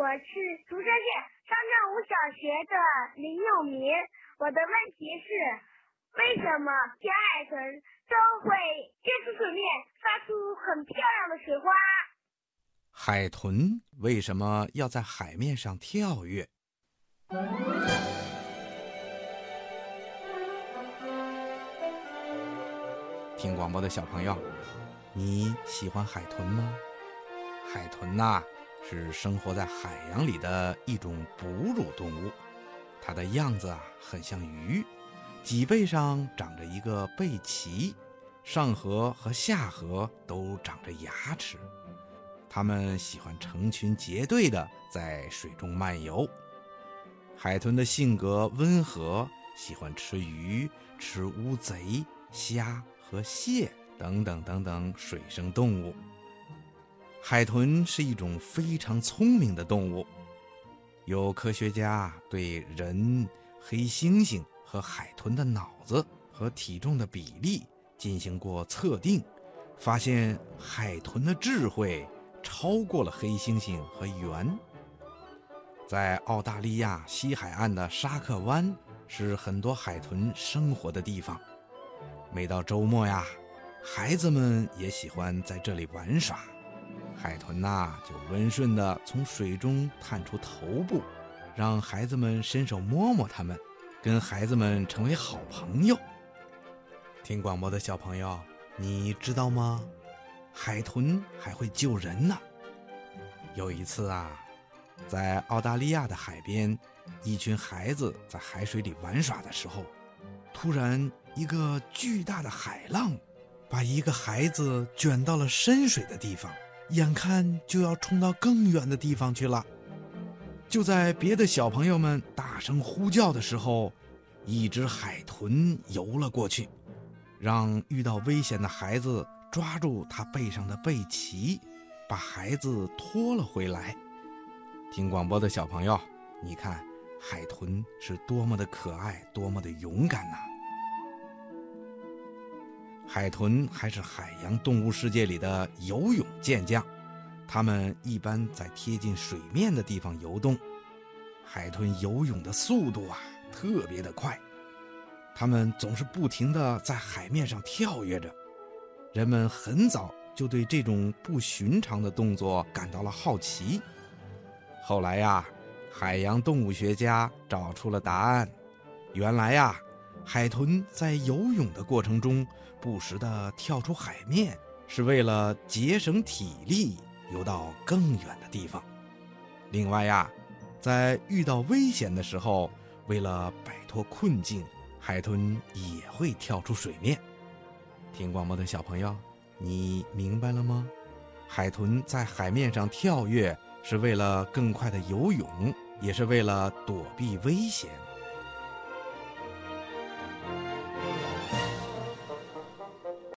我是竹山县上正五小学的林永民，我的问题是，为什么小海豚都会接触水面，发出很漂亮的水花？ 海豚为什么要在海面上跳跃？听广播的小朋友，你喜欢海豚吗？海豚是生活在海洋里的一种哺乳动物，它的样子很像鱼，脊背上长着一个背鳍，上颌和下颌都长着牙齿。它们喜欢成群结队地在水中漫游。海豚的性格温和，喜欢吃鱼、吃乌贼、虾和蟹等等等等水生动物。海豚是一种非常聪明的动物，有科学家对人、黑猩猩和海豚的脑子和体重的比例进行过测定，发现海豚的智慧超过了黑猩猩和猿。在澳大利亚西海岸的沙克湾是很多海豚生活的地方，每到周末孩子们也喜欢在这里玩耍。海豚就温顺地从水中探出头部，让孩子们伸手摸摸它们，跟孩子们成为好朋友。听广播的小朋友，你知道吗？海豚还会救人呢。有一次在澳大利亚的海边，一群孩子在海水里玩耍的时候，突然一个巨大的海浪把一个孩子卷到了深水的地方，眼看就要冲到更远的地方去了。就在别的小朋友们大声呼叫的时候，一只海豚游了过去，让遇到危险的孩子抓住它背上的背鳍，把孩子拖了回来。听广播的小朋友，你看海豚是多么的可爱，多么的勇敢呐！海豚还是海洋动物世界里的游泳健将，它们一般在贴近水面的地方游动。海豚游泳的速度特别的快，它们总是不停地在海面上跳跃着。人们很早就对这种不寻常的动作感到了好奇。后来海洋动物学家找出了答案。原来海豚在游泳的过程中不时地跳出海面，是为了节省体力，游到更远的地方。另外在遇到危险的时候，为了摆脱困境，海豚也会跳出水面。听广播的小朋友，你明白了吗？海豚在海面上跳跃是为了更快的游泳，也是为了躲避危险。